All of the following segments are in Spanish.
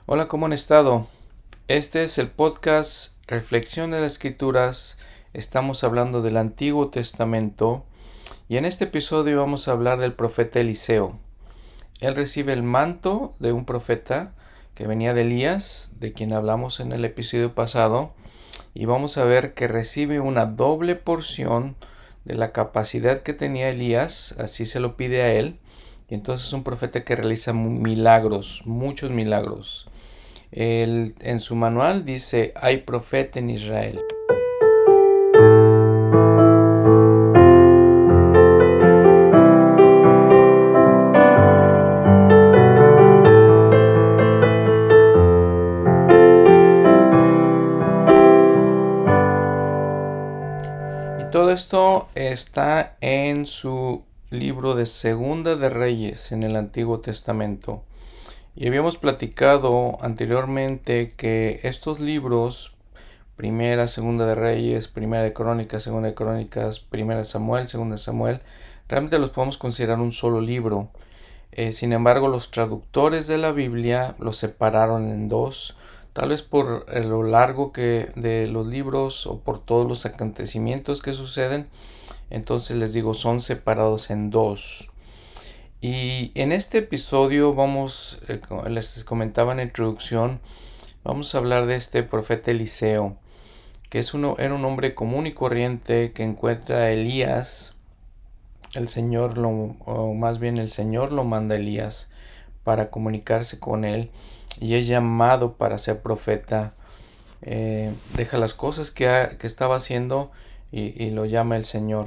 Hola, ¿cómo han estado? Este es el podcast Reflexión de las Escrituras. Estamos hablando del Antiguo Testamento y en este episodio vamos a hablar del profeta Eliseo. Él recibe el manto de un profeta que venía de Elías, de quien hablamos en el episodio pasado, y vamos a ver que recibe una doble porción de la capacidad que tenía Elías, así se lo pide a él, y entonces es un profeta que realiza milagros, muchos milagros. En su manual dice, hay profeta en Israel. Y todo esto está en su libro de Segunda de Reyes en el Antiguo Testamento. Y habíamos platicado anteriormente que estos libros, Primera, Segunda de Reyes, Primera de Crónicas, Segunda de Crónicas, Primera de Samuel, Segunda de Samuel, realmente los podemos considerar un solo libro. Sin embargo, los traductores de la Biblia los separaron en dos, tal vez por lo largo que de los libros o por todos los acontecimientos que suceden. Entonces les digo, son separados en dos. Y en este episodio les comentaba en la introducción, vamos a hablar de este profeta Eliseo, que era un hombre común y corriente que encuentra a Elías. O más bien el Señor lo manda a Elías para comunicarse con él y es llamado para ser profeta. Deja las cosas que estaba haciendo y lo llama el Señor.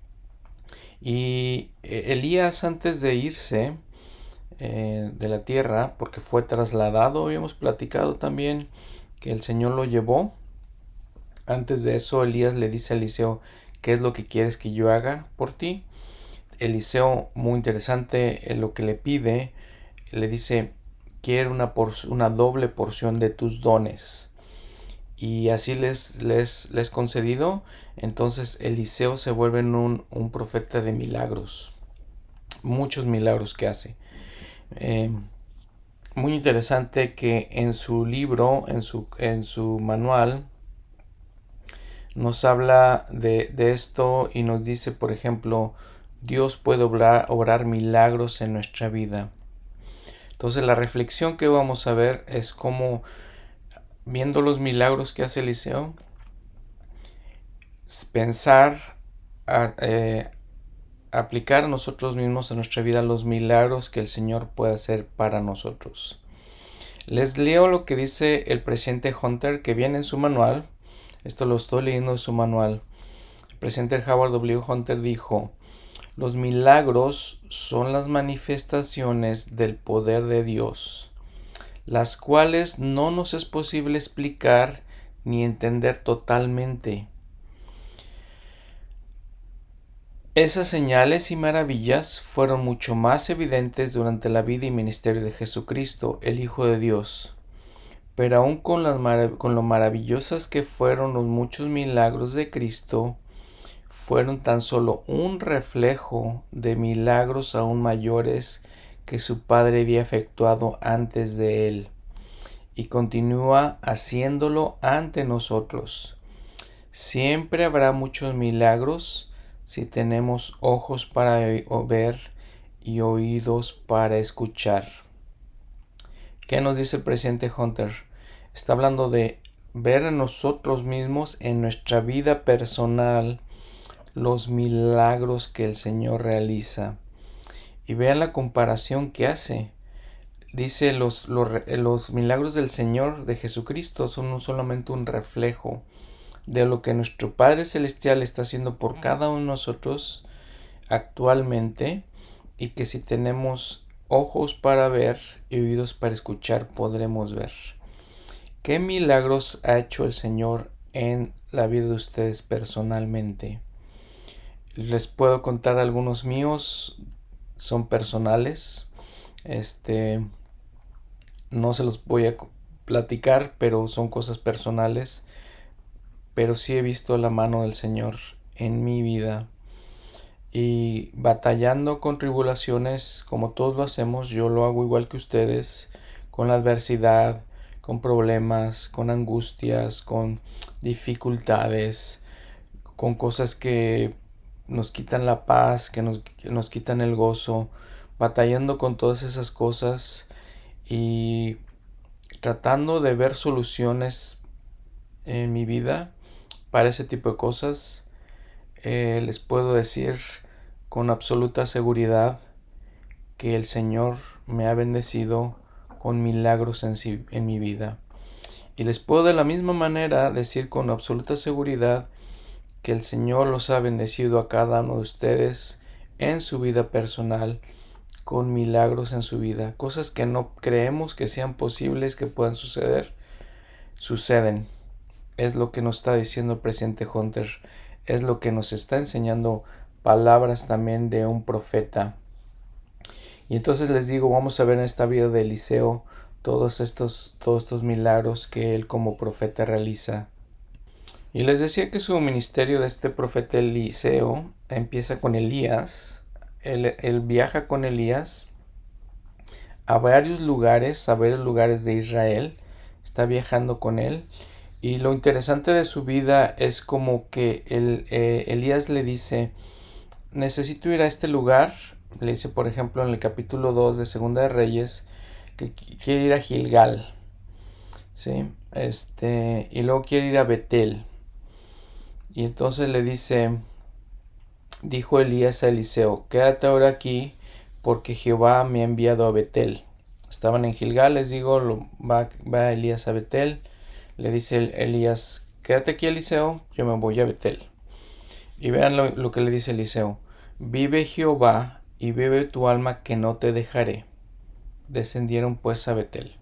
Y Elías, antes de irse de la tierra, porque fue trasladado, habíamos platicado también que el Señor lo llevó. Antes de eso, Elías le dice a Eliseo, ¿qué es lo que quieres que yo haga por ti? Eliseo, muy interesante lo que le pide, le dice, quiero una doble porción de tus dones. Y así les concedido. Entonces Eliseo se vuelve un profeta de milagros. Muchos milagros que hace. Muy interesante que en su libro, en su manual, nos habla de esto y nos dice, por ejemplo, Dios puede obrar milagros en nuestra vida. Entonces la reflexión que vamos a ver es cómo, viendo los milagros que hace Eliseo, pensar, aplicar a nosotros mismos en nuestra vida los milagros que el Señor puede hacer para nosotros. Les leo lo que dice el presidente Hunter, que viene en su manual. Esto lo estoy leyendo en su manual. El presidente Howard W. Hunter dijo, los milagros son las manifestaciones del poder de Dios, las cuales no nos es posible explicar ni entender totalmente. Esas señales y maravillas fueron mucho más evidentes durante la vida y ministerio de Jesucristo, el Hijo de Dios. Pero aun con lo maravillosas que fueron los muchos milagros de Cristo, fueron tan solo un reflejo de milagros aún mayores que su Padre había efectuado antes de él, y continúa haciéndolo ante nosotros. Siempre habrá muchos milagros si tenemos ojos para ver y oídos para escuchar. ¿Qué nos dice el presidente Hunter? Está hablando de ver a nosotros mismos en nuestra vida personal los milagros que el Señor realiza. Y vean la comparación que hace. Dice los milagros del Señor de Jesucristo son solamente un reflejo de lo que nuestro Padre Celestial está haciendo por cada uno de nosotros actualmente, y que si tenemos ojos para ver y oídos para escuchar podremos ver. ¿Qué milagros ha hecho el Señor en la vida de ustedes personalmente? Les puedo contar algunos míos, son personales. No se los voy a platicar, pero son cosas personales. Pero sí he visto la mano del Señor en mi vida. Y batallando con tribulaciones, como todos lo hacemos, yo lo hago igual que ustedes, con la adversidad, con problemas, con angustias, con dificultades, con cosas que nos quitan la paz, que nos quitan el gozo, batallando con todas esas cosas y tratando de ver soluciones en mi vida para ese tipo de cosas. Les puedo decir con absoluta seguridad que el Señor me ha bendecido con milagros en mi vida. Y les puedo de la misma manera decir con absoluta seguridad que el Señor los ha bendecido a cada uno de ustedes en su vida personal, con milagros en su vida. Cosas que no creemos que sean posibles que puedan suceder, suceden. Es lo que nos está diciendo el presidente Hunter. Es lo que nos está enseñando palabras también de un profeta. Y entonces les digo, vamos a ver en esta vida de Eliseo todos estos milagros que él como profeta realiza. Y les decía que su ministerio de este profeta Eliseo empieza con Elías. Él viaja con Elías a varios lugares de Israel. Está viajando con él. Y lo interesante de su vida es como que Elías le dice, necesito ir a este lugar. Le dice, por ejemplo, en el capítulo 2 de Segunda de Reyes, que quiere ir a Gilgal. ¿Sí? Y luego quiere ir a Betel. Y entonces le dice, dijo Elías a Eliseo, quédate ahora aquí, porque Jehová me ha enviado a Betel. Estaban en Gilgal, les digo, va Elías a Betel. Le dice Elías, quédate aquí, Eliseo, yo me voy a Betel. Y vean lo que le dice Eliseo, vive Jehová y vive tu alma que no te dejaré. Descendieron pues a Betel.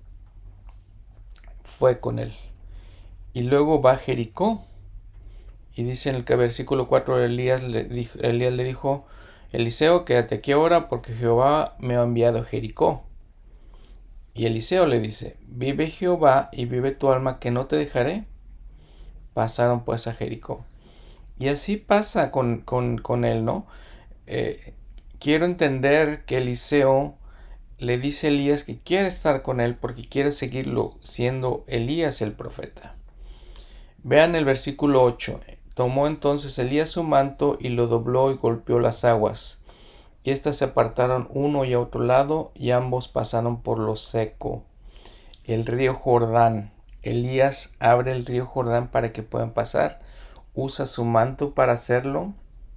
Fue con él. Y luego va a Jericó. Y dice en el versículo 4, Elías le dijo, Eliseo, quédate aquí ahora porque Jehová me ha enviado a Jericó. Y Eliseo le dice, vive Jehová y vive tu alma que no te dejaré. Pasaron pues a Jericó. Y así pasa con él, ¿no? Quiero entender que Eliseo le dice a Elías que quiere estar con él porque quiere seguirlo siendo Elías el profeta. Vean el versículo 8. Tomó entonces Elías su manto y lo dobló y golpeó las aguas. Y éstas se apartaron uno y a otro lado y ambos pasaron por lo seco. El río Jordán. Elías abre el río Jordán para que puedan pasar. Usa su manto para hacerlo.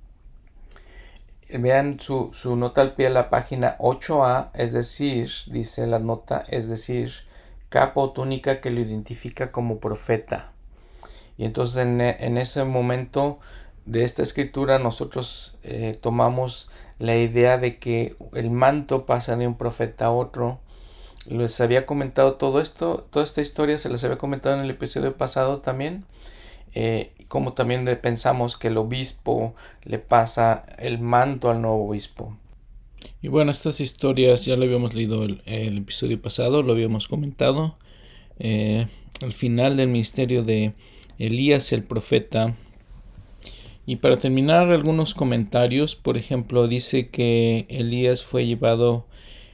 Vean su nota al pie de la página 8a, es decir, dice la nota, es decir, capa o túnica que lo identifica como profeta. Y entonces en ese momento de esta escritura nosotros tomamos la idea de que el manto pasa de un profeta a otro. Les había comentado todo esto, toda esta historia se les había comentado en el episodio pasado también. Como también pensamos que el obispo le pasa el manto al nuevo obispo. Y bueno, estas historias ya lo habíamos leído el episodio pasado, lo habíamos comentado. Al final del ministerio de Elías el profeta. Y para terminar, algunos comentarios. Por ejemplo, dice que Elías fue llevado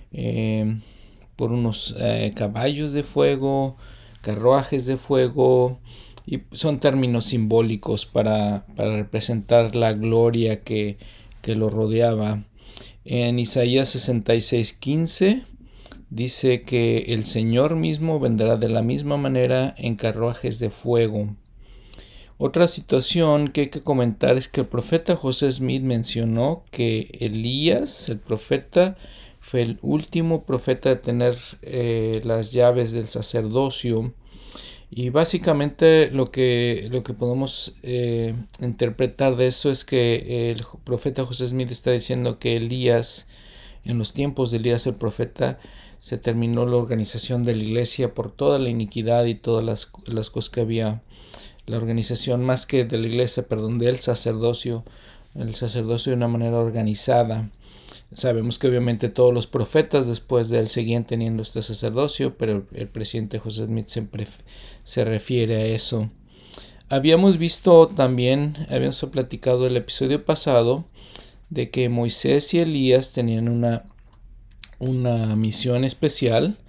por unos caballos de fuego, carruajes de fuego, y son términos simbólicos para representar la gloria que lo rodeaba. En Isaías 66:15 dice que el Señor mismo vendrá de la misma manera en carruajes de fuego. Otra situación que hay que comentar es que el profeta José Smith mencionó que Elías, el profeta, fue el último profeta de tener las llaves del sacerdocio. Y básicamente lo que podemos interpretar de eso es que el profeta José Smith está diciendo que Elías, en los tiempos de Elías el profeta, se terminó la organización de la iglesia por toda la iniquidad y todas las cosas que había. La organización más que de la iglesia, del sacerdocio, el sacerdocio de una manera organizada. Sabemos que obviamente todos los profetas después de él seguían teniendo este sacerdocio, pero el presidente José Smith siempre se refiere a eso. Habíamos platicado el episodio pasado de que Moisés y Elías tenían una misión especial,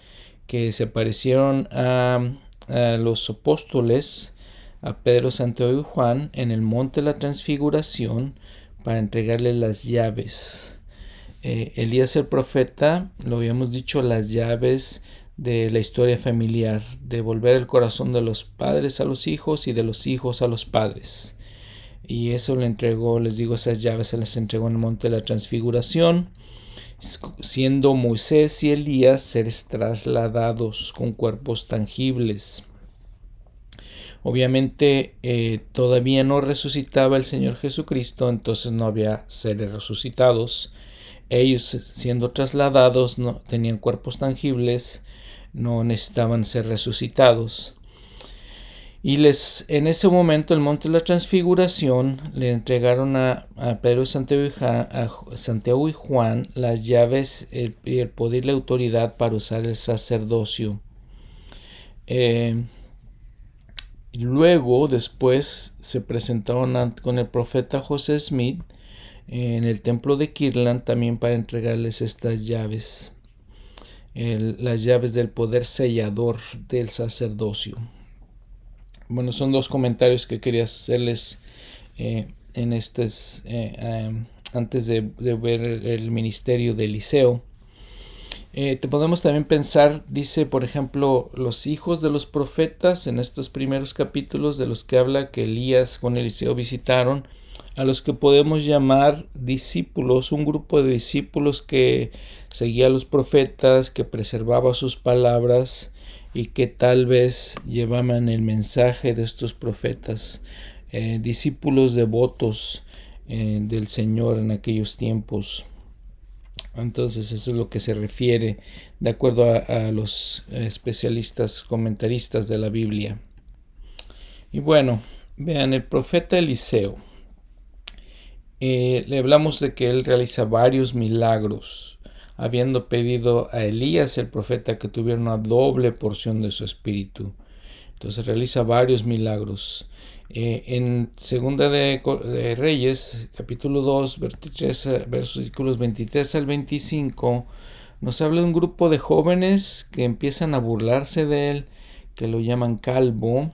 que se aparecieron a los apóstoles, a Pedro, Santiago y Juan, en el monte de la transfiguración para entregarles las llaves. Elías el profeta, lo habíamos dicho, las llaves de la historia familiar, de volver el corazón de los padres a los hijos y de los hijos a los padres. Y eso le entregó, les digo, esas llaves se las entregó en el monte de la transfiguración, siendo Moisés y Elías seres trasladados con cuerpos tangibles. Obviamente todavía no resucitaba el Señor Jesucristo, entonces no había seres resucitados. Ellos, siendo trasladados, no tenían cuerpos tangibles, no necesitaban ser resucitados. Y en ese momento, el monte de la transfiguración, le entregaron a Pedro, Santiago y Juan las llaves y el poder y la autoridad para usar el sacerdocio. Luego, después, se presentaron con el profeta José Smith en el templo de Kirtland también para entregarles estas llaves, las llaves del poder sellador del sacerdocio. Bueno, son dos comentarios que quería hacerles antes de ver el ministerio de Eliseo. Te podemos también pensar, dice por ejemplo, los hijos de los profetas en estos primeros capítulos de los que habla que Elías con Eliseo visitaron, a los que podemos llamar discípulos, un grupo de discípulos que seguía a los profetas, que preservaba sus palabras y que tal vez llevaban el mensaje de estos profetas, discípulos devotos del Señor en aquellos tiempos. Entonces eso es lo que se refiere de acuerdo a los especialistas comentaristas de la Biblia. Y bueno, vean, el profeta Eliseo, le hablamos de que él realiza varios milagros, habiendo pedido a Elías el profeta que tuviera una doble porción de su espíritu. Entonces realiza varios milagros. En Segunda de Reyes, capítulo 2, versículos 23 al 25, nos habla de un grupo de jóvenes que empiezan a burlarse de él, que lo llaman calvo,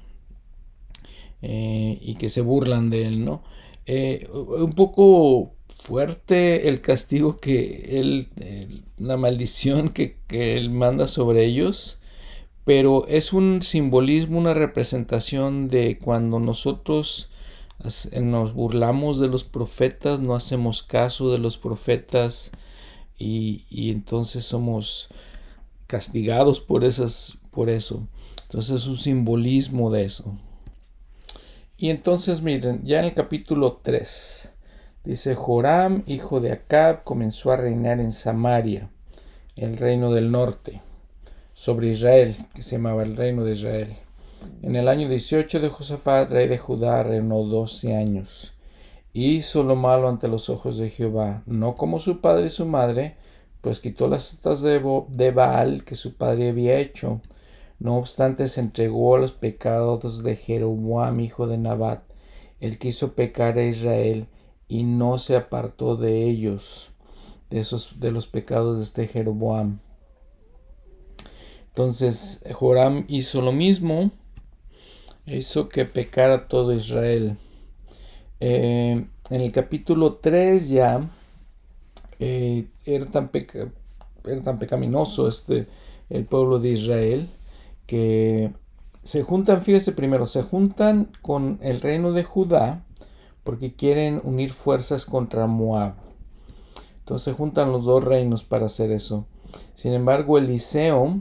y que se burlan de él, ¿no? Un poco fuerte el castigo que él, la maldición que él manda sobre ellos, pero es un simbolismo, una representación de cuando nosotros nos burlamos de los profetas, no hacemos caso de los profetas y entonces somos castigados por eso. Entonces es un simbolismo de eso. Y entonces miren, ya en el capítulo 3 dice: Joram, hijo de Acab, comenzó a reinar en Samaria, el reino del norte, sobre Israel, que se llamaba el reino de Israel. En el año 18 de Josafat, rey de Judá, reinó 12 años. Hizo lo malo ante los ojos de Jehová, no como su padre y su madre, pues quitó las estatuas de Baal que su padre había hecho. No obstante, se entregó a los pecados de Jeroboam, hijo de Nabat. Él quiso pecar a Israel y no se apartó de ellos, de los pecados de este Jeroboam. Entonces Joram hizo lo mismo, hizo que pecara todo Israel. En el capítulo 3 ya era tan pecaminoso el pueblo de Israel, que se juntan, fíjese primero, se juntan con el reino de Judá porque quieren unir fuerzas contra Moab. Entonces se juntan los dos reinos para hacer eso. Sin embargo, Eliseo,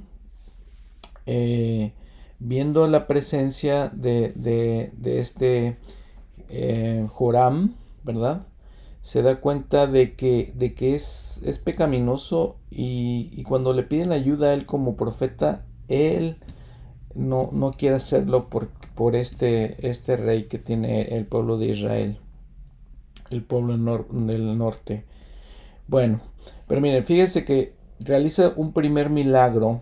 viendo la presencia de este Joram, ¿verdad?, se da cuenta de que es pecaminoso y cuando le piden ayuda a él como profeta, él no quiere hacerlo por este rey que tiene el pueblo de Israel, el pueblo del norte. Bueno, pero miren, fíjense que realiza un primer milagro,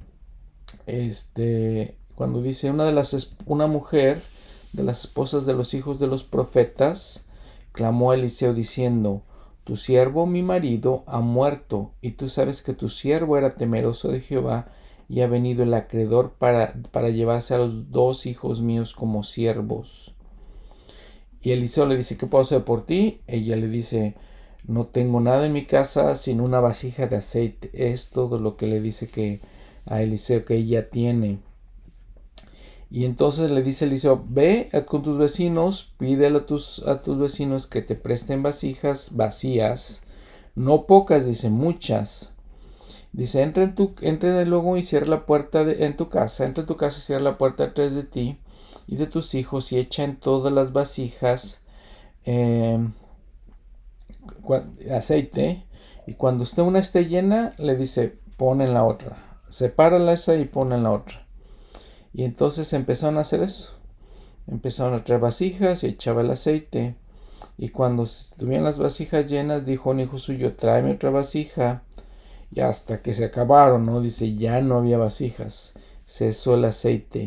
cuando dice: una mujer de las esposas de los hijos de los profetas clamó a Eliseo diciendo: tu siervo mi marido ha muerto, y tú sabes que tu siervo era temeroso de Jehová y ha venido el acreedor para llevarse a los 2 hijos míos como siervos. Y Eliseo le dice, ¿qué puedo hacer por ti? Ella le dice, no tengo nada en mi casa sino una vasija de aceite. Es todo lo que le dice que a Eliseo que ella tiene. Y entonces le dice Eliseo, ve con tus vecinos, pídele a tus vecinos que te presten vasijas vacías, no pocas, dice, muchas. Dice, entra luego y cierra la puerta en tu casa, entra en tu casa y cierra la puerta detrás de ti y de tus hijos y echa en todas las vasijas aceite, y cuando una esté llena, le dice, pon en la otra, sepárala esa y pon en la otra. Y entonces empezaron a hacer eso. Empezaron a traer vasijas y echaba el aceite. Y cuando estuvieron las vasijas llenas, dijo un hijo suyo, tráeme otra vasija. Y hasta que se acabaron, ¿no? Dice, ya no había vasijas. Cesó el aceite.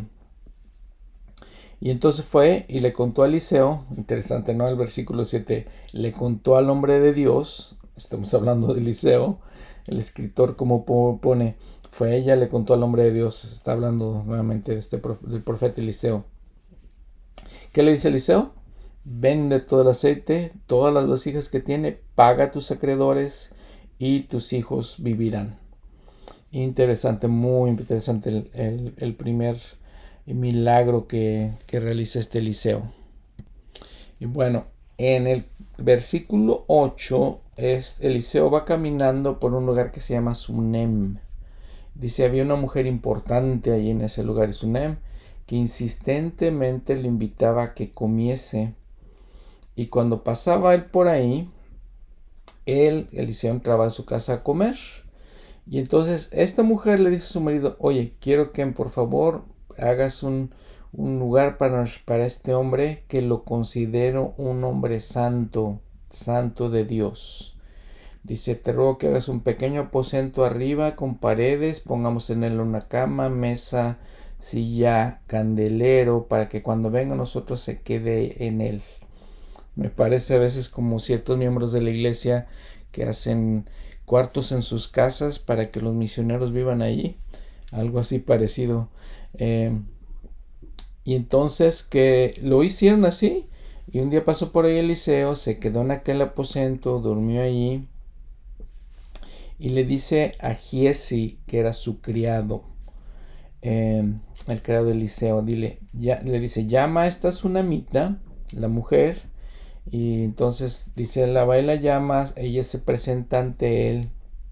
Y entonces fue y le contó a Eliseo, interesante, ¿no? El versículo 7, le contó al hombre de Dios, estamos hablando de Eliseo, el escritor como pone, fue ella, le contó al hombre de Dios, está hablando nuevamente del profeta Eliseo. ¿Qué le dice Eliseo? Vende todo el aceite, todas las vasijas que tiene, paga a tus acreedores y tus hijos vivirán. Interesante, muy interesante el primer milagro que realiza este Eliseo. Y bueno, en el versículo 8, Eliseo va caminando por un lugar que se llama Sunem. Dice, había una mujer importante ahí en ese lugar, Sunem, que insistentemente le invitaba a que comiese. Y cuando pasaba él por ahí, Eliseo entraba a su casa a comer. Y entonces esta mujer le dice a su marido, oye, quiero que por favor hagas un lugar para este hombre, que lo considero un hombre santo, santo de Dios. Dice, te ruego que hagas un pequeño aposento arriba con paredes, pongamos en él una cama, mesa, silla, candelero, para que cuando venga nosotros se quede en él. Me parece a veces como ciertos miembros de la iglesia que hacen cuartos en sus casas para que los misioneros vivan allí, algo así parecido. Y entonces que lo hicieron así, y un día pasó por ahí Eliseo, se quedó en aquel aposento, durmió allí, y le dice a Giesi, que era su criado, el criado de Eliseo, le dice, llama a esta sunamita, la mujer, y entonces dice, la va y la llama, ella se presenta ante él,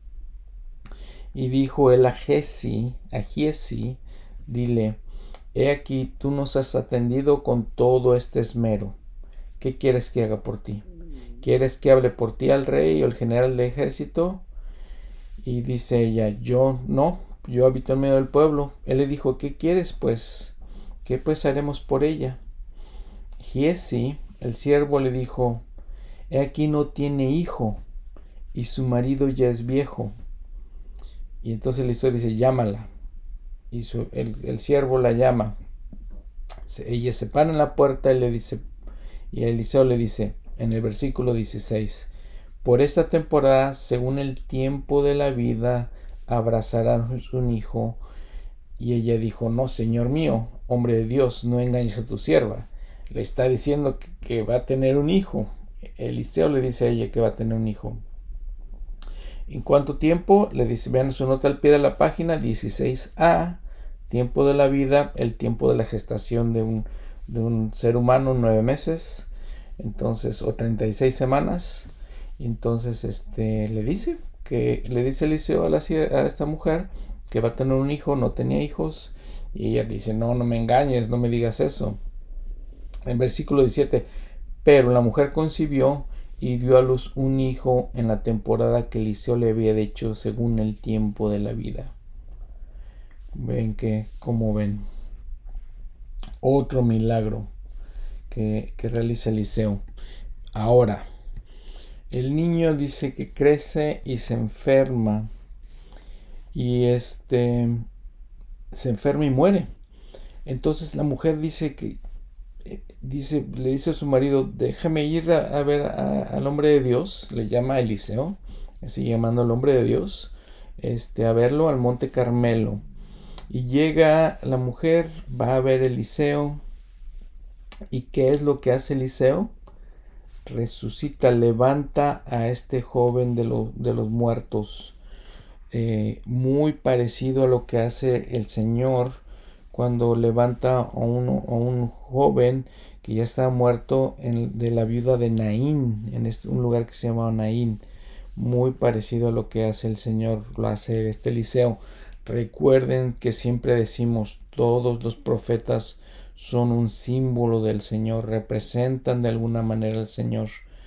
y dijo él a Giesi, dile, he aquí, tú nos has atendido con todo este esmero. ¿Qué quieres que haga por ti? ¿Quieres que hable por ti al rey o al general de ejército? Y dice ella, yo habito en medio del pueblo. Él le dijo, ¿qué quieres pues? ¿Qué pues haremos por ella? Giesi, el siervo, le dijo, he aquí no tiene hijo, y su marido ya es viejo. Y entonces Eliseo dice, llámala. Y el siervo la llama. Ella se para en la puerta y Eliseo le dice, en el versículo 16, por esta temporada, según el tiempo de la vida, abrazarán un hijo. Y ella dijo, no, Señor mío, hombre de Dios, no engañes a tu sierva. Le está diciendo que va a tener un hijo. Eliseo le dice a ella que va a tener un hijo. ¿En cuánto tiempo? Le dice, vean su nota al pie de la página, 16a, tiempo de la vida, el tiempo de la gestación de un ser humano, 9 meses, entonces, o 36 semanas. Entonces, le dice Eliseo a esta mujer que va a tener un hijo, no tenía hijos, y ella dice, no me engañes, no me digas eso. En versículo 17, pero la mujer concibió y dio a luz un hijo en la temporada que Eliseo le había dicho según el tiempo de la vida. ¿Cómo ven? Otro milagro que realiza Eliseo. Ahora, el niño dice que crece y se enferma. Y se enferma y muere. Entonces la mujer le dice a su marido, déjame ir a ver al hombre de Dios, le llama a Eliseo, sigue llamando al hombre de Dios, a verlo al monte Carmelo. Y llega la mujer, va a ver Eliseo. ¿Y qué es lo que hace Eliseo? Resucita, levanta a este joven de los muertos. Muy parecido a lo que hace el Señor cuando levanta a un joven que ya estaba muerto de la viuda de Naín, en un lugar que se llama Naín. Muy parecido a lo que hace el Señor, lo hace este Eliseo. Recuerden que siempre decimos, todos los profetas son un símbolo del Señor, representan de alguna manera al Señor.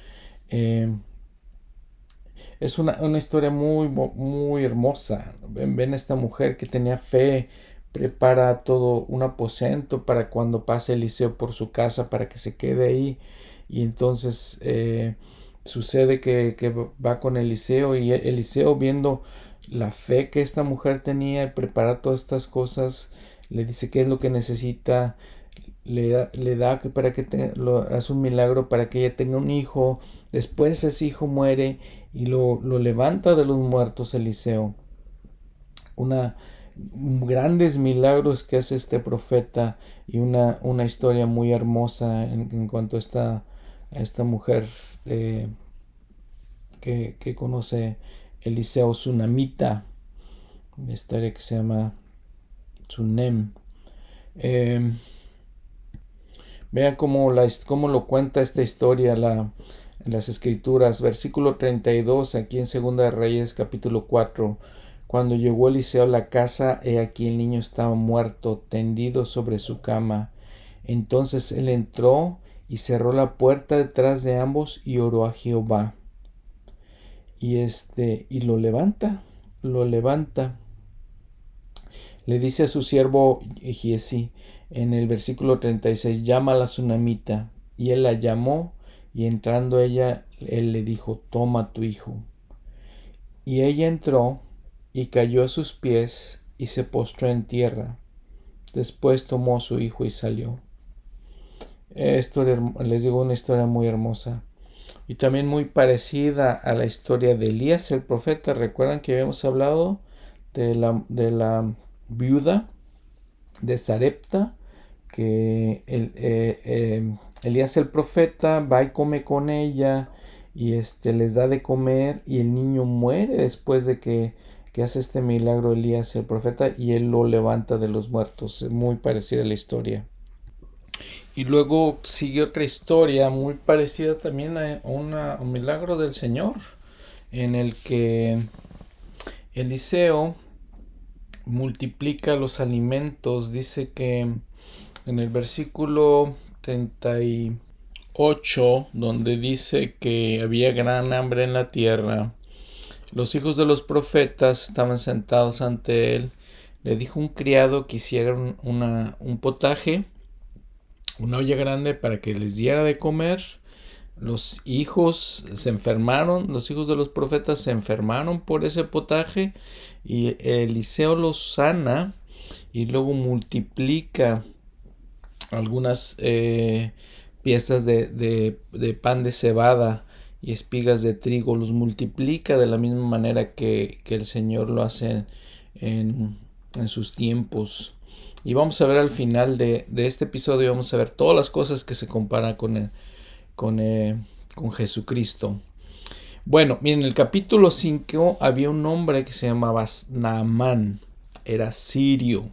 Es una historia muy hermosa. Ven a esta mujer que tenía fe, prepara todo un aposento para cuando pase Eliseo por su casa para que se quede ahí. Y entonces sucede que va con Eliseo y Eliseo, viendo la fe que esta mujer tenía y preparar todas estas cosas, le dice qué es lo que necesita. Le da para que hace un milagro para que ella tenga un hijo. Después ese hijo muere y lo levanta de los muertos Eliseo. Una grandes milagros que hace este profeta y una historia muy hermosa en cuanto a esta mujer que conoce Eliseo Tsunamita, una historia que se llama Tsunem. Vean cómo lo cuenta esta historia en las escrituras. Versículo 32, aquí en Segunda de Reyes, capítulo 4. Cuando llegó Eliseo a la casa, he aquí el niño estaba muerto, tendido sobre su cama. Entonces él entró y cerró la puerta detrás de ambos y oró a Jehová. Y lo levanta. Le dice a su siervo Giesi en el versículo 36, llama a la tsunamita. Y él la llamó, y entrando ella, él le dijo, toma tu hijo. Y ella entró y cayó a sus pies y se postró en tierra. Después tomó a su hijo y salió. Les digo, una historia muy hermosa. Y también muy parecida a la historia de Elías el profeta. ¿Recuerdan que habíamos hablado de la viuda de Sarepta? Que Elías el profeta va y come con ella y les da de comer y el niño muere después de que hace este milagro Elías el profeta y él lo levanta de los muertos. Es muy parecida la historia. Y luego sigue otra historia muy parecida también a un milagro del Señor, en el que Eliseo multiplica los alimentos. Dice que en el versículo 38, donde dice que había gran hambre en la tierra, los hijos de los profetas estaban sentados ante él. Le dijo un criado que hiciera un potaje, una olla grande para que les diera de comer. Los hijos de los profetas se enfermaron por ese potaje y Eliseo los sana y luego multiplica algunas piezas de pan de cebada y espigas de trigo, los multiplica de la misma manera que el Señor lo hace en sus tiempos. Y vamos a ver al final de este episodio, vamos a ver todas las cosas que se comparan con Jesucristo. Bueno, miren, en el capítulo 5 había un hombre que se llamaba Naamán, era sirio.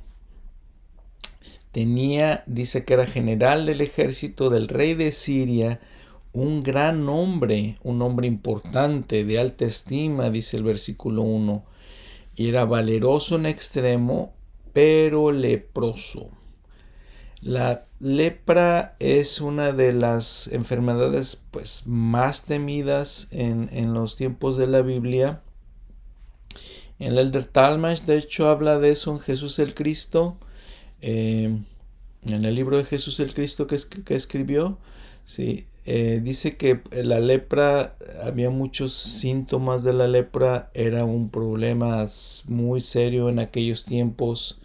Dice que era general del ejército del rey de Siria, un gran hombre, un hombre importante, de alta estima, dice el versículo 1, y era valeroso en extremo, pero leproso. La lepra es una de las enfermedades pues más temidas en los tiempos de la Biblia. El Elder Talmage de hecho habla de eso en Jesús el Cristo, en el libro de Jesús el Cristo que escribió. Sí, dice que la lepra, había muchos síntomas de la lepra, era un problema muy serio en aquellos tiempos.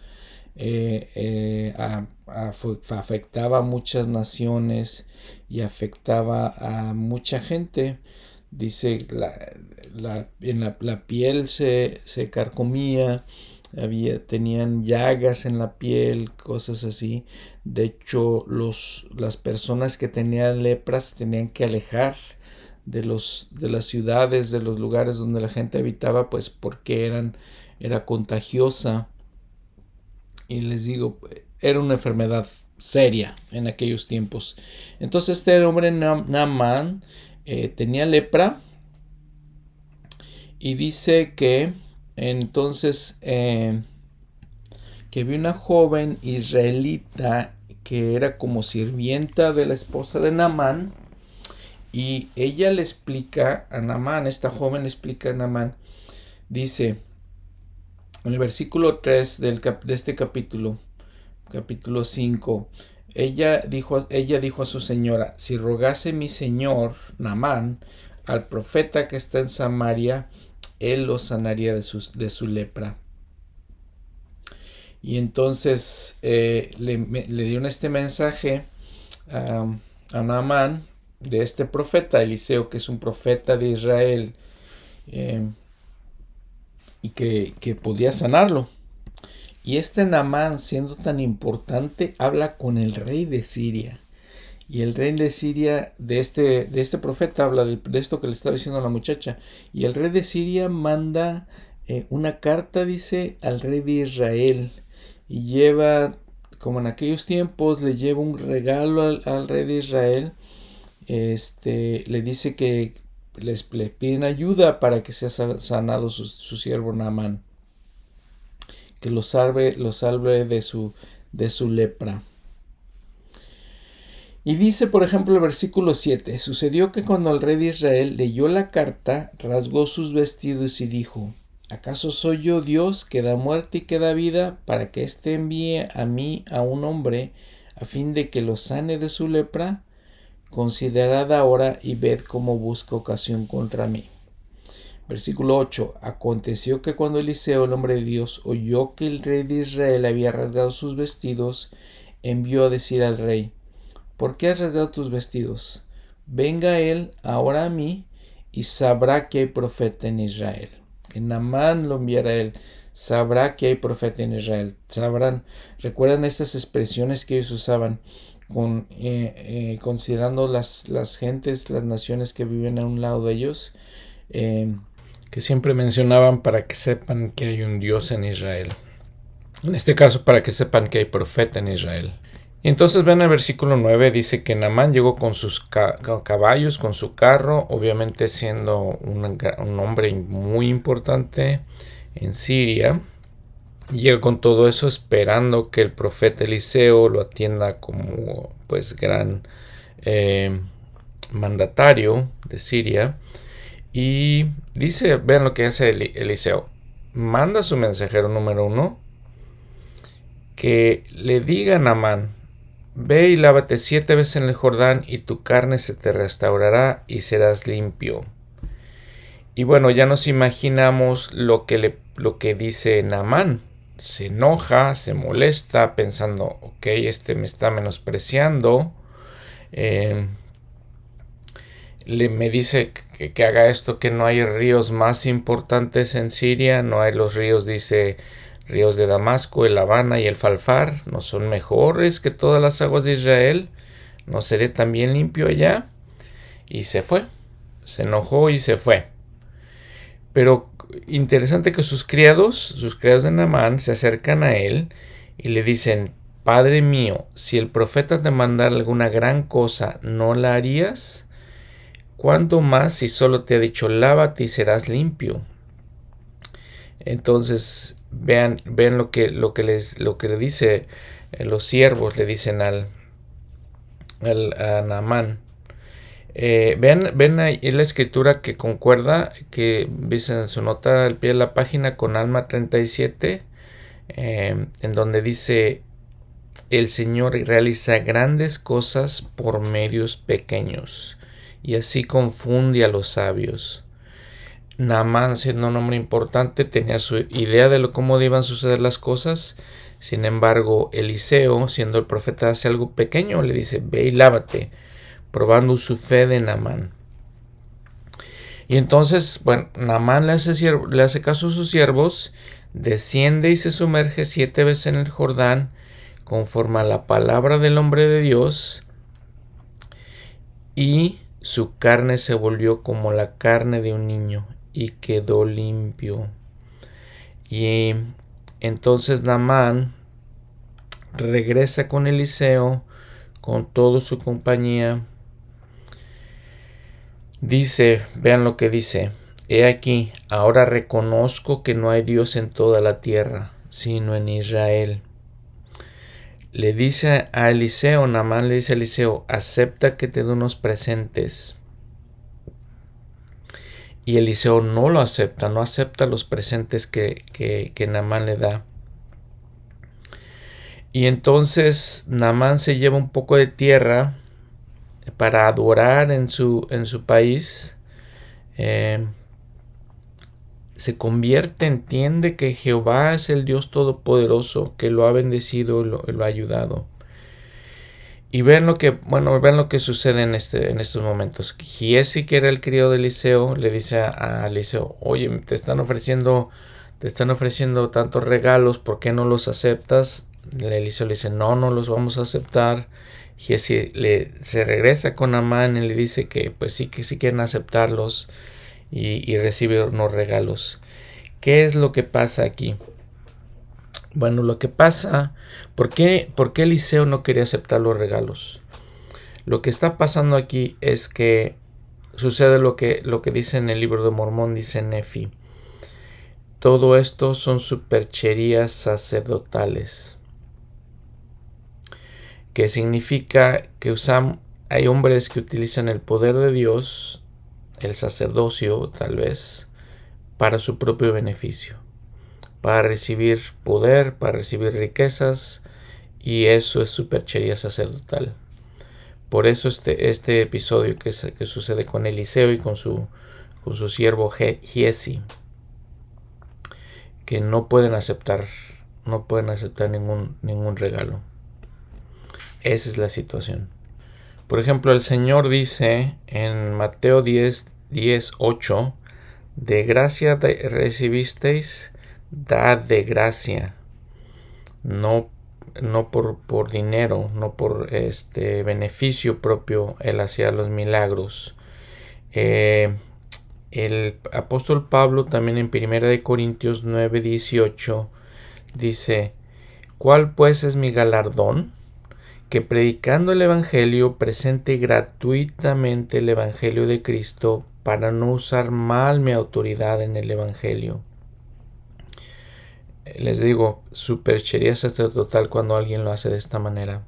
Afectaba a muchas naciones y afectaba a mucha gente. Dice la piel se carcomía tenían llagas en la piel, cosas así. De hecho, las personas que tenían lepra se tenían que alejar de las ciudades, de los lugares donde la gente habitaba, pues porque era contagiosa. Y les digo, era una enfermedad seria en aquellos tiempos. Entonces este hombre Naamán tenía lepra, y dice que entonces que vi una joven israelita que era como sirvienta de la esposa de Naamán, y ella le explica a Naamán, esta joven le explica a Naamán, dice en el versículo 3 de este capítulo 5, ella dijo a su señora: si rogase mi señor Naamán al profeta que está en Samaria, él lo sanaría de su lepra. Y entonces le dieron este mensaje a Naamán de este profeta Eliseo, que es un profeta de Israel, y que podía sanarlo. Y este Naamán, siendo tan importante, habla con el rey de Siria. Y el rey de Siria, de este profeta, habla de esto que le estaba diciendo a la muchacha. Y el rey de Siria manda una carta, dice, al rey de Israel. Y lleva, como en aquellos tiempos, le lleva un regalo al rey de Israel. Le dice que le piden ayuda para que sea sanado su siervo Naamán, que lo salve de su lepra. Y dice, por ejemplo, el versículo 7, sucedió que cuando el rey de Israel leyó la carta, rasgó sus vestidos y dijo: ¿acaso soy yo Dios que da muerte y que da vida, para que éste envíe a mí a un hombre a fin de que lo sane de su lepra? Considerad ahora y ved cómo busca ocasión contra mí. Versículo 8. Aconteció que cuando Eliseo, el hombre de Dios, oyó que el rey de Israel había rasgado sus vestidos, envió a decir al rey: ¿por qué has rasgado tus vestidos? Venga él ahora a mí y sabrá que hay profeta en Israel. En Naamán lo enviará él. Sabrá que hay profeta en Israel. Sabrán. ¿Recuerdan estas expresiones que ellos usaban? Considerando las gentes, las naciones que viven a un lado de ellos, que siempre mencionaban para que sepan que hay un Dios en Israel. En este caso, para que sepan que hay profeta en Israel. Y entonces ven el versículo 9, dice que Naamán llegó con sus caballos, con su carro, obviamente siendo un hombre muy importante en Siria. Y llega con todo eso esperando que el profeta Eliseo lo atienda como pues gran mandatario de Siria. Y dice, vean lo que hace Eliseo. Manda a su mensajero número 1 que le diga a Naamán: ve y lávate 7 veces en el Jordán y tu carne se te restaurará y serás limpio. Y bueno, ya nos imaginamos lo que dice Naamán. Se enoja, se molesta, pensando: ok, me está menospreciando. Me dice que haga esto, que no hay ríos más importantes en Siria. No hay los ríos, dice, ríos de Damasco, el Habana y el Falfar. ¿No son mejores que todas las aguas de Israel? ¿No seré también limpio allá? Y se fue. Se enojó y se fue. Pero interesante que sus criados de Naamán se acercan a él y le dicen: Padre mío, si el profeta te mandara alguna gran cosa, ¿no la harías? ¿Cuánto más si solo te ha dicho: lávate y serás limpio? Entonces vean lo que le dice los siervos, le dicen a Naamán. Ven ahí la escritura que concuerda, que dice en su nota al pie de la página con Alma 37, en donde dice: el Señor realiza grandes cosas por medios pequeños, y así confunde a los sabios. Naamán, siendo un hombre importante, tenía su idea de cómo iban a suceder las cosas. Sin embargo, Eliseo, siendo el profeta, hace algo pequeño, le dice: ve y lávate, probando su fe de Naamán. Y entonces, bueno, Naamán le hace caso a sus siervos, desciende y se sumerge 7 veces en el Jordán, conforme a la palabra del hombre de Dios, y su carne se volvió como la carne de un niño, y quedó limpio. Y entonces Naamán regresa con Eliseo, con toda su compañía. Dice, vean lo que dice: he aquí, ahora reconozco que no hay Dios en toda la tierra, sino en Israel. Le dice a Eliseo, Naamán le dice a Eliseo: acepta que te dé unos presentes. Y Eliseo no lo acepta, no acepta los presentes que Naamán le da. Y entonces Naamán se lleva un poco de tierra para adorar en su país. Se convierte, entiende que Jehová es el Dios Todopoderoso, que lo ha bendecido y lo ha ayudado. Y ven lo que sucede en estos momentos. Giesi, que era el criado de Eliseo, le dice a Eliseo: oye, te están ofreciendo tantos regalos, ¿por qué no los aceptas? Eliseo le dice: no los vamos a aceptar. Giesi se regresa con Naamán y le dice que pues sí quieren aceptarlos y recibir unos regalos. ¿Qué es lo que pasa aquí? Bueno, lo que pasa, ¿por qué Eliseo no quería aceptar los regalos? Lo que está pasando aquí es que sucede lo que dice en el libro de Mormón, dice Nefi: todo esto son supercherías sacerdotales, que significa que hay hombres que utilizan el poder de Dios, el sacerdocio tal vez, para su propio beneficio, para recibir poder, para recibir riquezas, y eso es superchería sacerdotal. Por eso este episodio que sucede con Eliseo y con su siervo Giesi, que no pueden aceptar ningún regalo. Esa es la situación. Por ejemplo, el Señor dice en Mateo 10:8: de gracia recibisteis, dad de gracia, no por dinero, no por beneficio propio. Él hacía los milagros. El apóstol Pablo también en 1 Corintios 9:18 dice: ¿cuál pues es mi galardón? Que predicando el Evangelio presente gratuitamente el Evangelio de Cristo, para no usar mal mi autoridad en el Evangelio. Les digo, superchería sacerdotal cuando alguien lo hace de esta manera.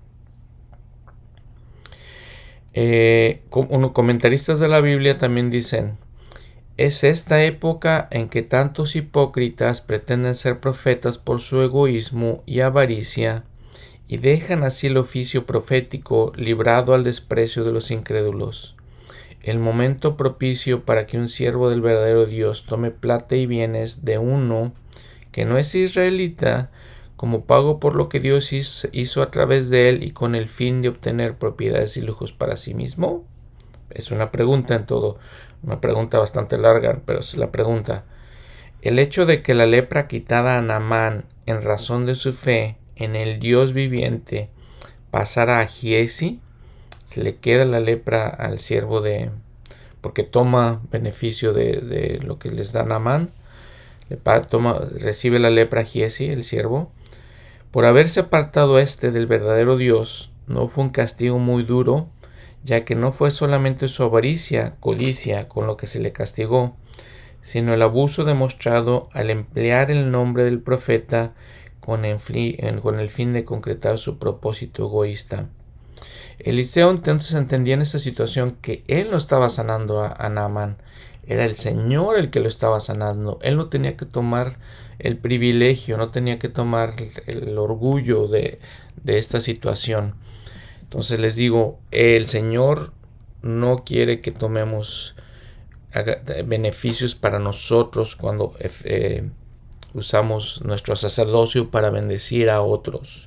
Comentaristas de la Biblia también dicen: es esta época en que tantos hipócritas pretenden ser profetas por su egoísmo y avaricia, y dejan así el oficio profético librado al desprecio de los incrédulos. El momento propicio para que un siervo del verdadero Dios tome plata y bienes de uno que no es israelita, como pago por lo que Dios hizo a través de él, y con el fin de obtener propiedades y lujos para sí mismo. Es una pregunta una pregunta bastante larga, pero es la pregunta. El hecho de que la lepra quitada a Naamán en razón de su fe en el Dios viviente pasara a Giesi, le queda la lepra al siervo porque toma beneficio de lo que les da Naamán, recibe la lepra a Giesi, el siervo. Por haberse apartado del verdadero Dios, no fue un castigo muy duro, ya que no fue solamente su codicia con lo que se le castigó, sino el abuso demostrado al emplear el nombre del profeta con el fin de concretar su propósito egoísta. Eliseo entonces entendía en esa situación que él no estaba sanando a Naamán, era el Señor el que lo estaba sanando. Él no tenía que tomar el privilegio, no tenía que tomar el orgullo de esta situación. Entonces les digo, el Señor no quiere que tomemos beneficios para nosotros cuando usamos nuestro sacerdocio para bendecir a otros.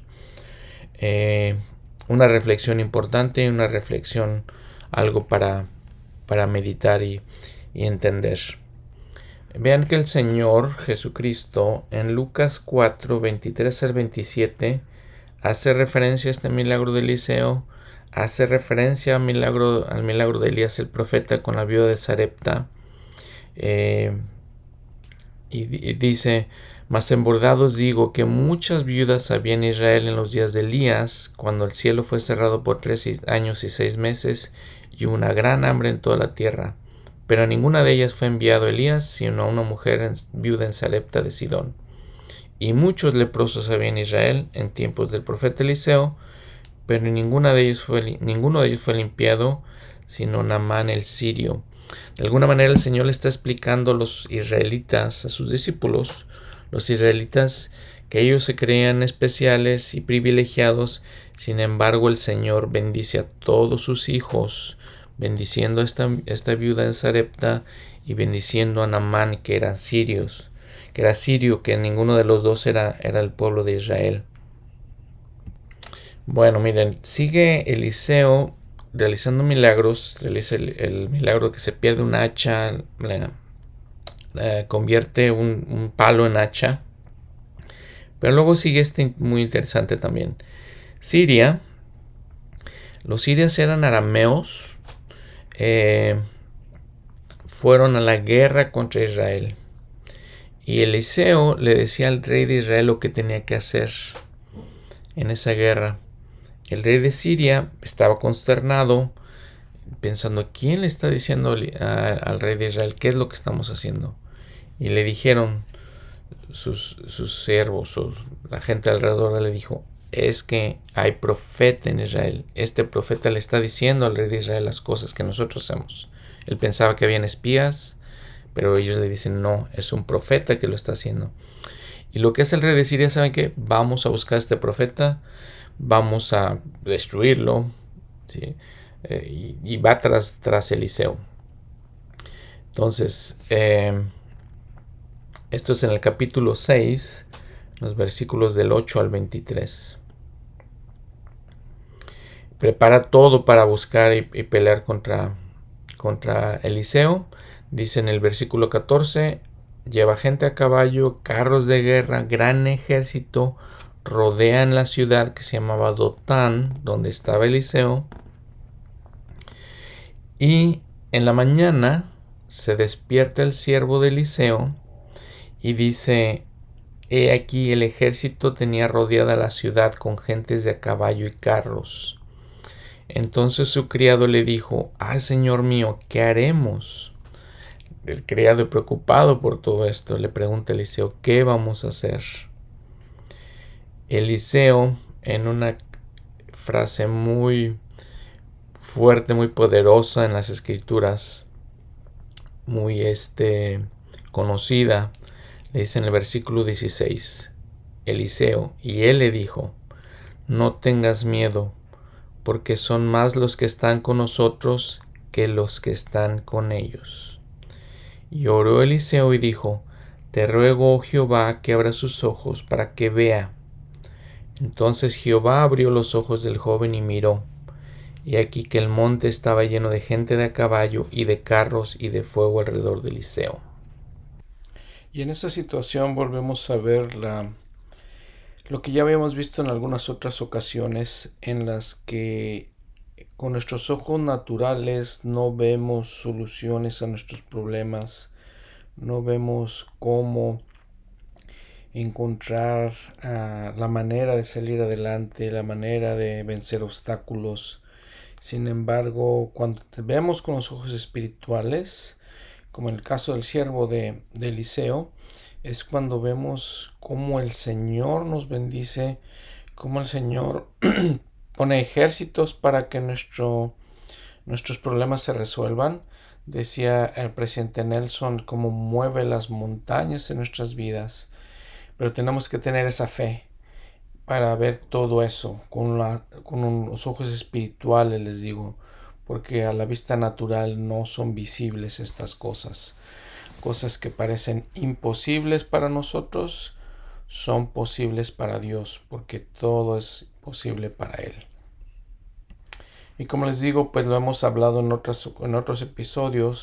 Una reflexión importante, una reflexión, algo para meditar y entender. Vean que el Señor Jesucristo en Lucas 4, 23 al 27 hace referencia a este milagro de Eliseo, hace referencia al milagro de Elías el profeta con la viuda de Sarepta, y dice: mas en verdad os digo que muchas viudas había en Israel en los días de Elías, cuando el cielo fue cerrado por 3 años y 6 meses, y una gran hambre en toda la tierra. Pero a ninguna de ellas fue enviado Elías, sino a una mujer viuda en Sarepta de Sidón. Y muchos leprosos había en Israel en tiempos del profeta Eliseo, pero ninguno de ellos fue limpiado, sino Naamán el sirio. De alguna manera el Señor le está explicando a los israelitas, a sus discípulos, los israelitas, que ellos se creían especiales y privilegiados. Sin embargo, el Señor bendice a todos sus hijos, bendiciendo a esta viuda en Sarepta y bendiciendo a Naamán, que era sirio, que ninguno de los dos era el pueblo de Israel. Bueno, miren, sigue Eliseo realizando milagros. Realiza el milagro que se pierde un hacha, convierte un palo en hacha. Pero luego sigue este muy interesante también. Siria, los sirios eran arameos, fueron a la guerra contra Israel. Y Eliseo le decía al rey de Israel lo que tenía que hacer en esa guerra. El rey de Siria estaba consternado, pensando: ¿quién le está diciendo al rey de Israel qué es lo que estamos haciendo? Y le dijeron sus siervos, la gente alrededor, le dijo: es que hay profeta en Israel. Este profeta le está diciendo al rey de Israel las cosas que nosotros hacemos. Él pensaba que habían espías, pero ellos le dicen: no, es un profeta que lo está haciendo. Y lo que es el rey de Siria, ¿saben qué? Vamos a buscar a este profeta, vamos a destruirlo, ¿sí? Y va tras Eliseo. Entonces, esto es en el capítulo 6, los versículos del 8 al 23. Prepara todo para buscar y pelear contra Eliseo. Dice en el versículo 14: lleva gente a caballo, carros de guerra, gran ejército, rodean la ciudad que se llamaba Dotán, donde estaba Eliseo. Y en la mañana se despierta el siervo de Eliseo y dice: he aquí el ejército tenía rodeada la ciudad con gentes de a caballo y carros. Entonces su criado le dijo: señor mío, ¿qué haremos? El criado, preocupado por todo esto, le pregunta a Eliseo: ¿qué vamos a hacer? Eliseo, en una frase muy fuerte, muy poderosa en las escrituras, muy conocida, le dice en el versículo 16: Eliseo, y él le dijo: no tengas miedo, porque son más los que están con nosotros que los que están con ellos. Y oró Eliseo y dijo: te ruego, oh Jehová, que abra sus ojos para que vea. Entonces Jehová abrió los ojos del joven y miró, y aquí que el monte estaba lleno de gente de a caballo y de carros y de fuego alrededor de Eliseo. Y en esta situación volvemos a ver lo que ya habíamos visto en algunas otras ocasiones, en las que con nuestros ojos naturales no vemos soluciones a nuestros problemas, no vemos cómo encontrar la manera de salir adelante, la manera de vencer obstáculos. Sin embargo, cuando vemos con los ojos espirituales, como en el caso del siervo de Eliseo, es cuando vemos cómo el Señor nos bendice, cómo el Señor pone ejércitos para que nuestros problemas se resuelvan. Decía el presidente Nelson: cómo mueve las montañas en nuestras vidas. Pero tenemos que tener esa fe para ver todo eso con los ojos espirituales, les digo, porque a la vista natural no son visibles estas cosas. Cosas que parecen imposibles para nosotros son posibles para Dios, porque todo es posible para Él. Y como les digo, pues lo hemos hablado en otros episodios,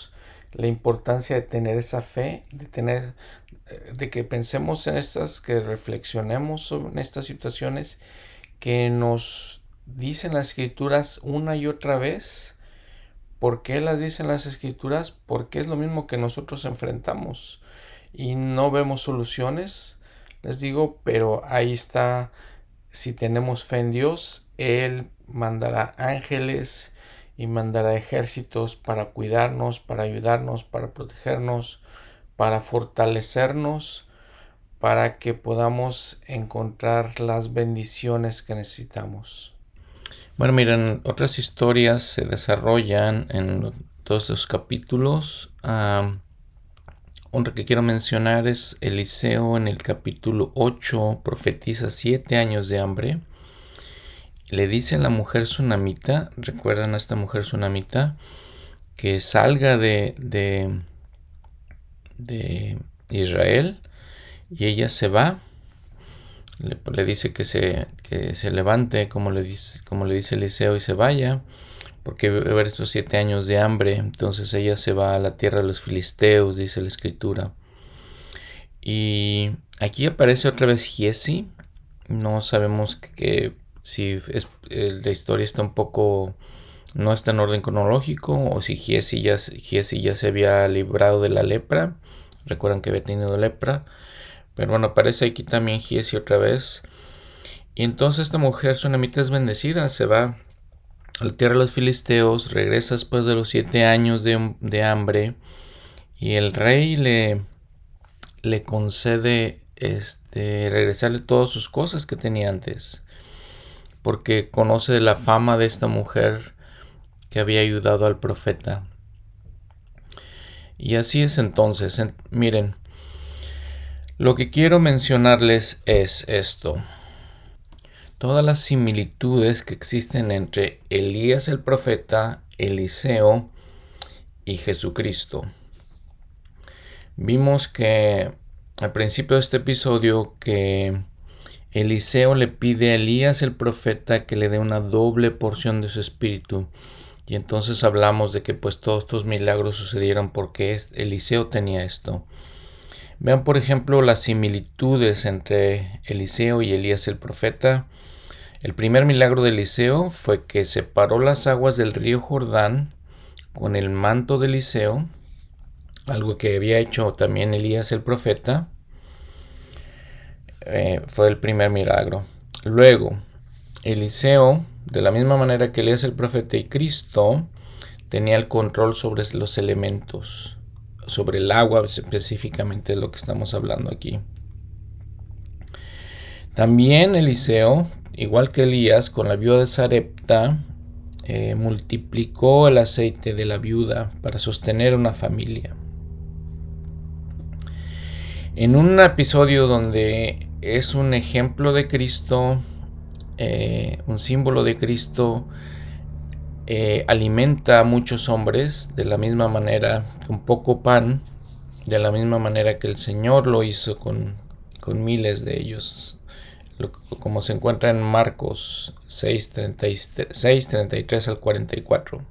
la importancia de tener esa fe, de que pensemos en estas, que reflexionemos sobre estas situaciones que nos dicen las escrituras una y otra vez. ¿Por qué las dicen las escrituras? Porque es lo mismo que nosotros enfrentamos y no vemos soluciones, les digo, pero ahí está. Si tenemos fe en Dios, Él mandará ángeles y mandará ejércitos para cuidarnos, para ayudarnos, para protegernos, para fortalecernos, para que podamos encontrar las bendiciones que necesitamos. Bueno, miren, otras historias se desarrollan en todos estos capítulos. Otra que quiero mencionar es Eliseo en el capítulo 8, profetiza 7 años de hambre. Le dice a la mujer sunamita, recuerdan a esta mujer sunamita, que salga de Israel, y ella se va. Le dice que se levante, como le dice Eliseo, y se vaya, porque va a haber estos 7 años de hambre. Entonces ella se va a la tierra de los filisteos, dice la escritura. Y aquí aparece otra vez Giezi. No sabemos si la historia está no está en orden cronológico, o si Giezi ya se había librado de la lepra. Recuerdan que había tenido lepra. Pero bueno, aparece aquí también Giezi otra vez. Y entonces esta mujer sunamita es bendecida, se va a la tierra de los filisteos, regresa después de los 7 años de hambre, y el rey le concede regresarle todas sus cosas que tenía antes, porque conoce la fama de esta mujer que había ayudado al profeta. Y así es entonces. Miren, lo que quiero mencionarles es esto. Todas las similitudes que existen entre Elías el profeta, Eliseo y Jesucristo. Vimos que al principio de este episodio que Eliseo le pide a Elías el profeta que le dé una doble porción de su espíritu. Y entonces hablamos de que pues todos estos milagros sucedieron porque Eliseo tenía esto. Vean por ejemplo las similitudes entre Eliseo y Elías el profeta. El primer milagro de Eliseo fue que separó las aguas del río Jordán con el manto de Eliseo, algo que había hecho también Elías el profeta. Fue el primer milagro. Luego, Eliseo, de la misma manera que Elías el profeta y Cristo, tenía el control sobre los elementos, sobre el agua específicamente, de lo que estamos hablando aquí. También Eliseo, igual que Elías, con la viuda de Sarepta, multiplicó el aceite de la viuda para sostener una familia. En un episodio donde es un ejemplo de Cristo, un símbolo de Cristo, alimenta a muchos hombres de la misma manera, con poco pan, de la misma manera que el Señor lo hizo con miles de ellos, como se encuentra en Marcos 6:33 al 44.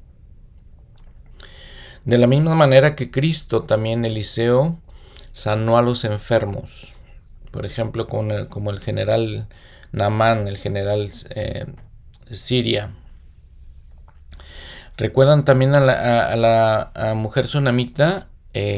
De la misma manera que Cristo, también Eliseo sanó a los enfermos. Por ejemplo, como el general Naamán, el general Siria. ¿Recuerdan también a la mujer sunamita?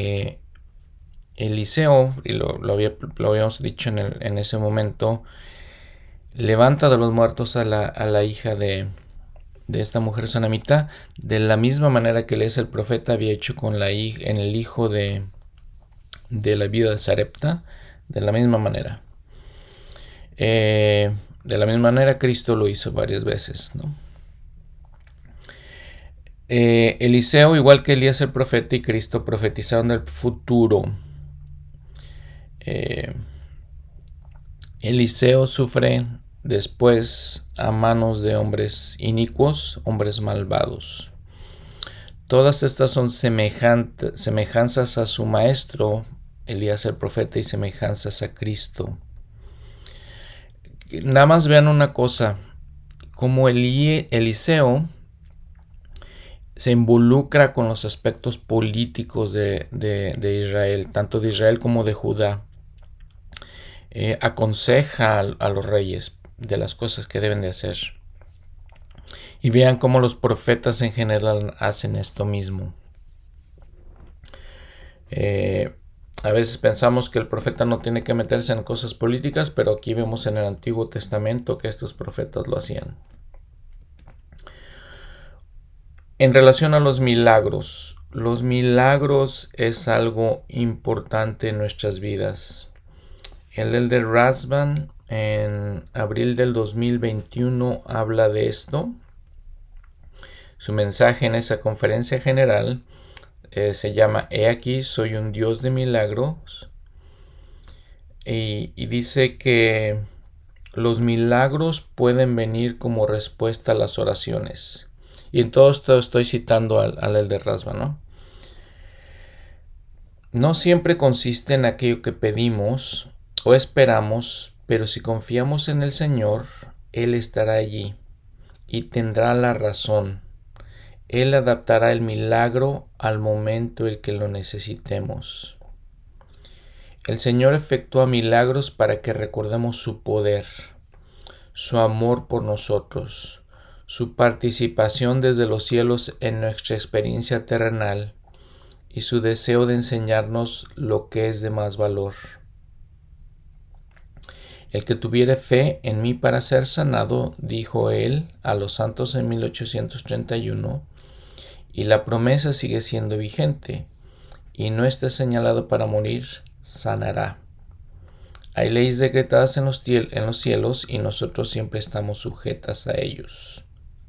Eliseo, y lo habíamos dicho en ese momento, levanta de los muertos a la hija de esta mujer sunamita, de la misma manera que Elías el profeta había hecho en el hijo de la viuda de Sarepta, de la misma manera. De la misma manera Cristo lo hizo varias veces, ¿no? Eliseo, igual que Elías el profeta y Cristo, profetizaron del futuro. Eliseo sufre después a manos de hombres inicuos, hombres malvados. Todas estas son semejanzas a su maestro, Elías el profeta, y semejanzas a Cristo. Nada más vean una cosa, como Eliseo se involucra con los aspectos políticos de Israel, tanto de Israel como de Judá. Aconseja a los reyes de las cosas que deben de hacer. Y vean cómo los profetas en general hacen esto mismo. A veces pensamos que el profeta no tiene que meterse en cosas políticas, pero aquí vemos en el Antiguo Testamento que estos profetas lo hacían. En relación a los milagros es algo importante en nuestras vidas. El Elder Rasband en abril del 2021 habla de esto. Su mensaje en esa conferencia general se llama He aquí, soy un Dios de milagros. Y dice que los milagros pueden venir como respuesta a las oraciones. Y en todo esto estoy citando al Elder Rasband, ¿no? No siempre consiste en aquello que pedimos o esperamos, pero si confiamos en el Señor, Él estará allí y tendrá la razón. Él adaptará el milagro al momento en que lo necesitemos. El Señor efectúa milagros para que recordemos su poder, su amor por nosotros, su participación desde los cielos en nuestra experiencia terrenal y su deseo de enseñarnos lo que es de más valor. El que tuviere fe en mí para ser sanado, dijo él a los santos en 1831, y la promesa sigue siendo vigente, y no está señalado para morir, sanará. Hay leyes decretadas en los cielos y nosotros siempre estamos sujetas a ellos.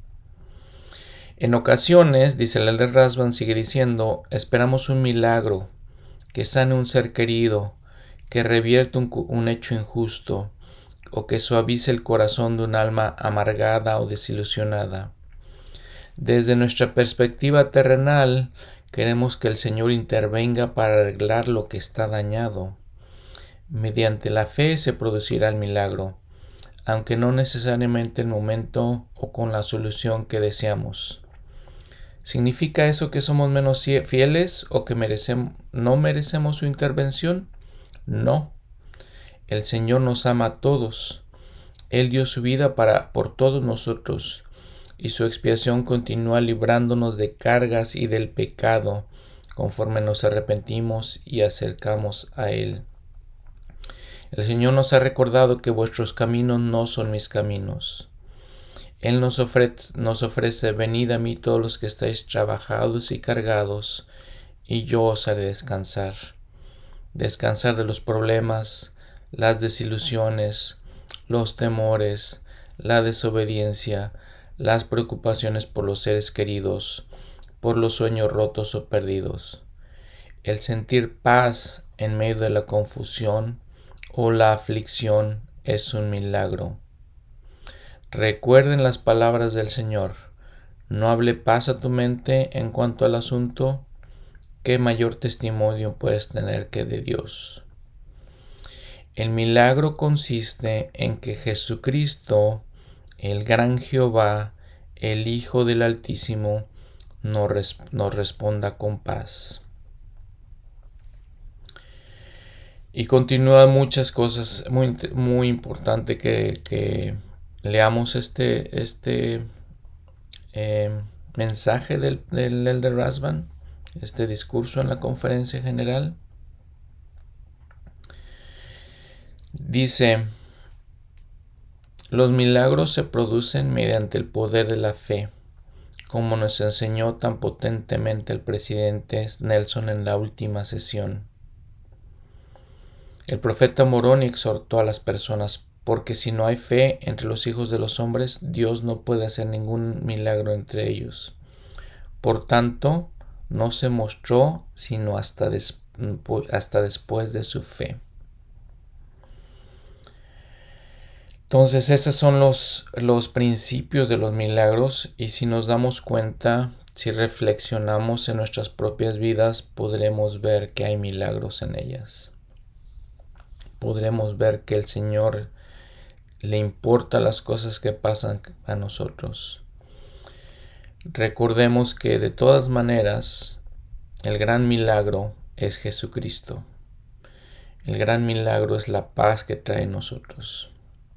En ocasiones, dice el Elder Rasband, sigue diciendo, esperamos un milagro, que sane un ser querido, que revierta un hecho injusto, o que suavice el corazón de un alma amargada o desilusionada. Desde nuestra perspectiva terrenal, queremos que el Señor intervenga para arreglar lo que está dañado. Mediante la fe se producirá el milagro, aunque no necesariamente en el momento o con la solución que deseamos. ¿Significa eso que somos menos fieles o que no merecemos su intervención? No. El Señor nos ama a todos. Él dio su vida por todos nosotros, y su expiación continúa librándonos de cargas y del pecado conforme nos arrepentimos y acercamos a Él. El Señor nos ha recordado que vuestros caminos no son mis caminos. Él nos ofrece, venid a mí todos los que estáis trabajados y cargados, y yo os haré descansar. Descansar de los problemas, las desilusiones, los temores, la desobediencia, las preocupaciones por los seres queridos, por los sueños rotos o perdidos. El sentir paz en medio de la confusión o la aflicción es un milagro. Recuerden las palabras del Señor. No hable paz a tu mente en cuanto al asunto. ¿Qué mayor testimonio puedes tener que de Dios? El milagro consiste en que Jesucristo, el gran Jehová, el Hijo del Altísimo, nos responda con paz. Y continúa muchas cosas, muy importante que leamos este mensaje del Elder Rasband, este discurso en la conferencia general. Dice, los milagros se producen mediante el poder de la fe, como nos enseñó tan potentemente el presidente Nelson en la última sesión. El profeta Moroni exhortó a las personas, porque si no hay fe entre los hijos de los hombres, Dios no puede hacer ningún milagro entre ellos. Por tanto, no se mostró sino hasta después de su fe. Entonces, esos son los principios de los milagros, y si nos damos cuenta, si reflexionamos en nuestras propias vidas, podremos ver que hay milagros en ellas. Podremos ver que el Señor le importa las cosas que pasan a nosotros. Recordemos que de todas maneras el gran milagro es Jesucristo. El gran milagro es la paz que trae en nosotros.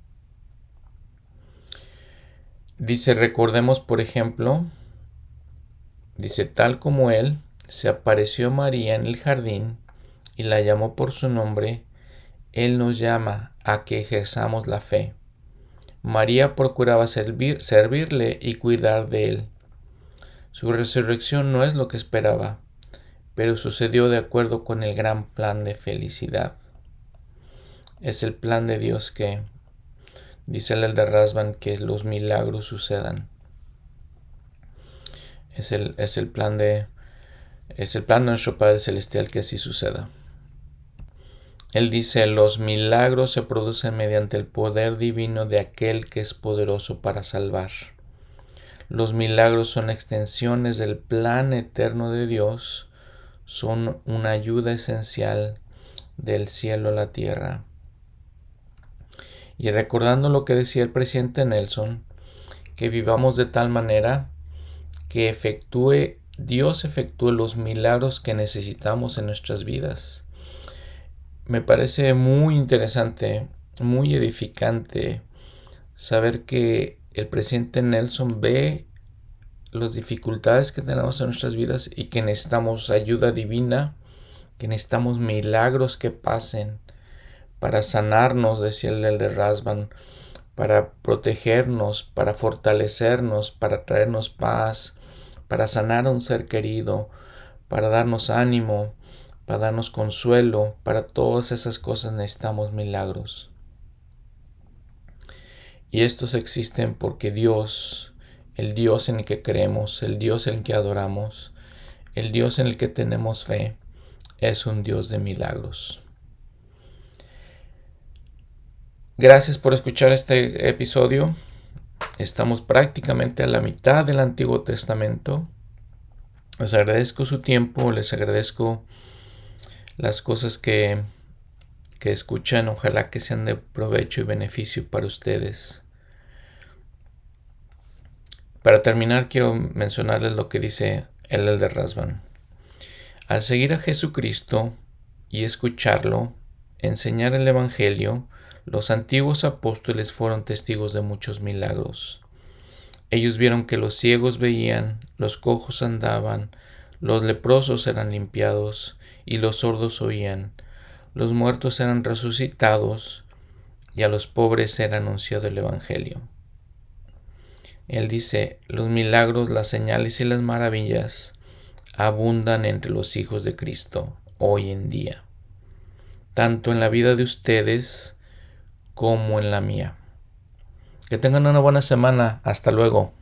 Dice, recordemos por ejemplo, dice, tal como Él se apareció a María en el jardín y la llamó por su nombre, Él nos llama a que ejerzamos la fe. María procuraba servirle y cuidar de Él. Su resurrección no es lo que esperaba, pero sucedió de acuerdo con el gran plan de felicidad. Es el plan de Dios que, dice el Elder Rasband, que los milagros sucedan. Es el plan de nuestro Padre Celestial que así suceda. Él dice, los milagros se producen mediante el poder divino de aquel que es poderoso para salvar. Los milagros son extensiones del plan eterno de Dios, son una ayuda esencial del cielo a la tierra. Y recordando lo que decía el presidente Nelson, que vivamos de tal manera que Dios efectúe los milagros que necesitamos en nuestras vidas. Me parece muy interesante, muy edificante saber que el presidente Nelson ve las dificultades que tenemos en nuestras vidas y que necesitamos ayuda divina, que necesitamos milagros que pasen para sanarnos, decía el Elder Rasband, para protegernos, para fortalecernos, para traernos paz, para sanar a un ser querido, para darnos ánimo, para darnos consuelo. Para todas esas cosas necesitamos milagros. Y estos existen porque Dios, el Dios en el que creemos, el Dios en el que adoramos, el Dios en el que tenemos fe, es un Dios de milagros. Gracias por escuchar este episodio. Estamos prácticamente a la mitad del Antiguo Testamento. Les agradezco su tiempo, les agradezco las cosas que escuchan. Ojalá que sean de provecho y beneficio para ustedes. Para terminar, quiero mencionarles lo que dice el Elder Rasband. Al seguir a Jesucristo y escucharlo, enseñar el Evangelio, los antiguos apóstoles fueron testigos de muchos milagros. Ellos vieron que los ciegos veían, los cojos andaban, los leprosos eran limpiados y los sordos oían, los muertos eran resucitados y a los pobres era anunciado el Evangelio. Él dice, los milagros, las señales y las maravillas abundan entre los hijos de Cristo hoy en día, tanto en la vida de ustedes como en la mía. Que tengan una buena semana. Hasta luego.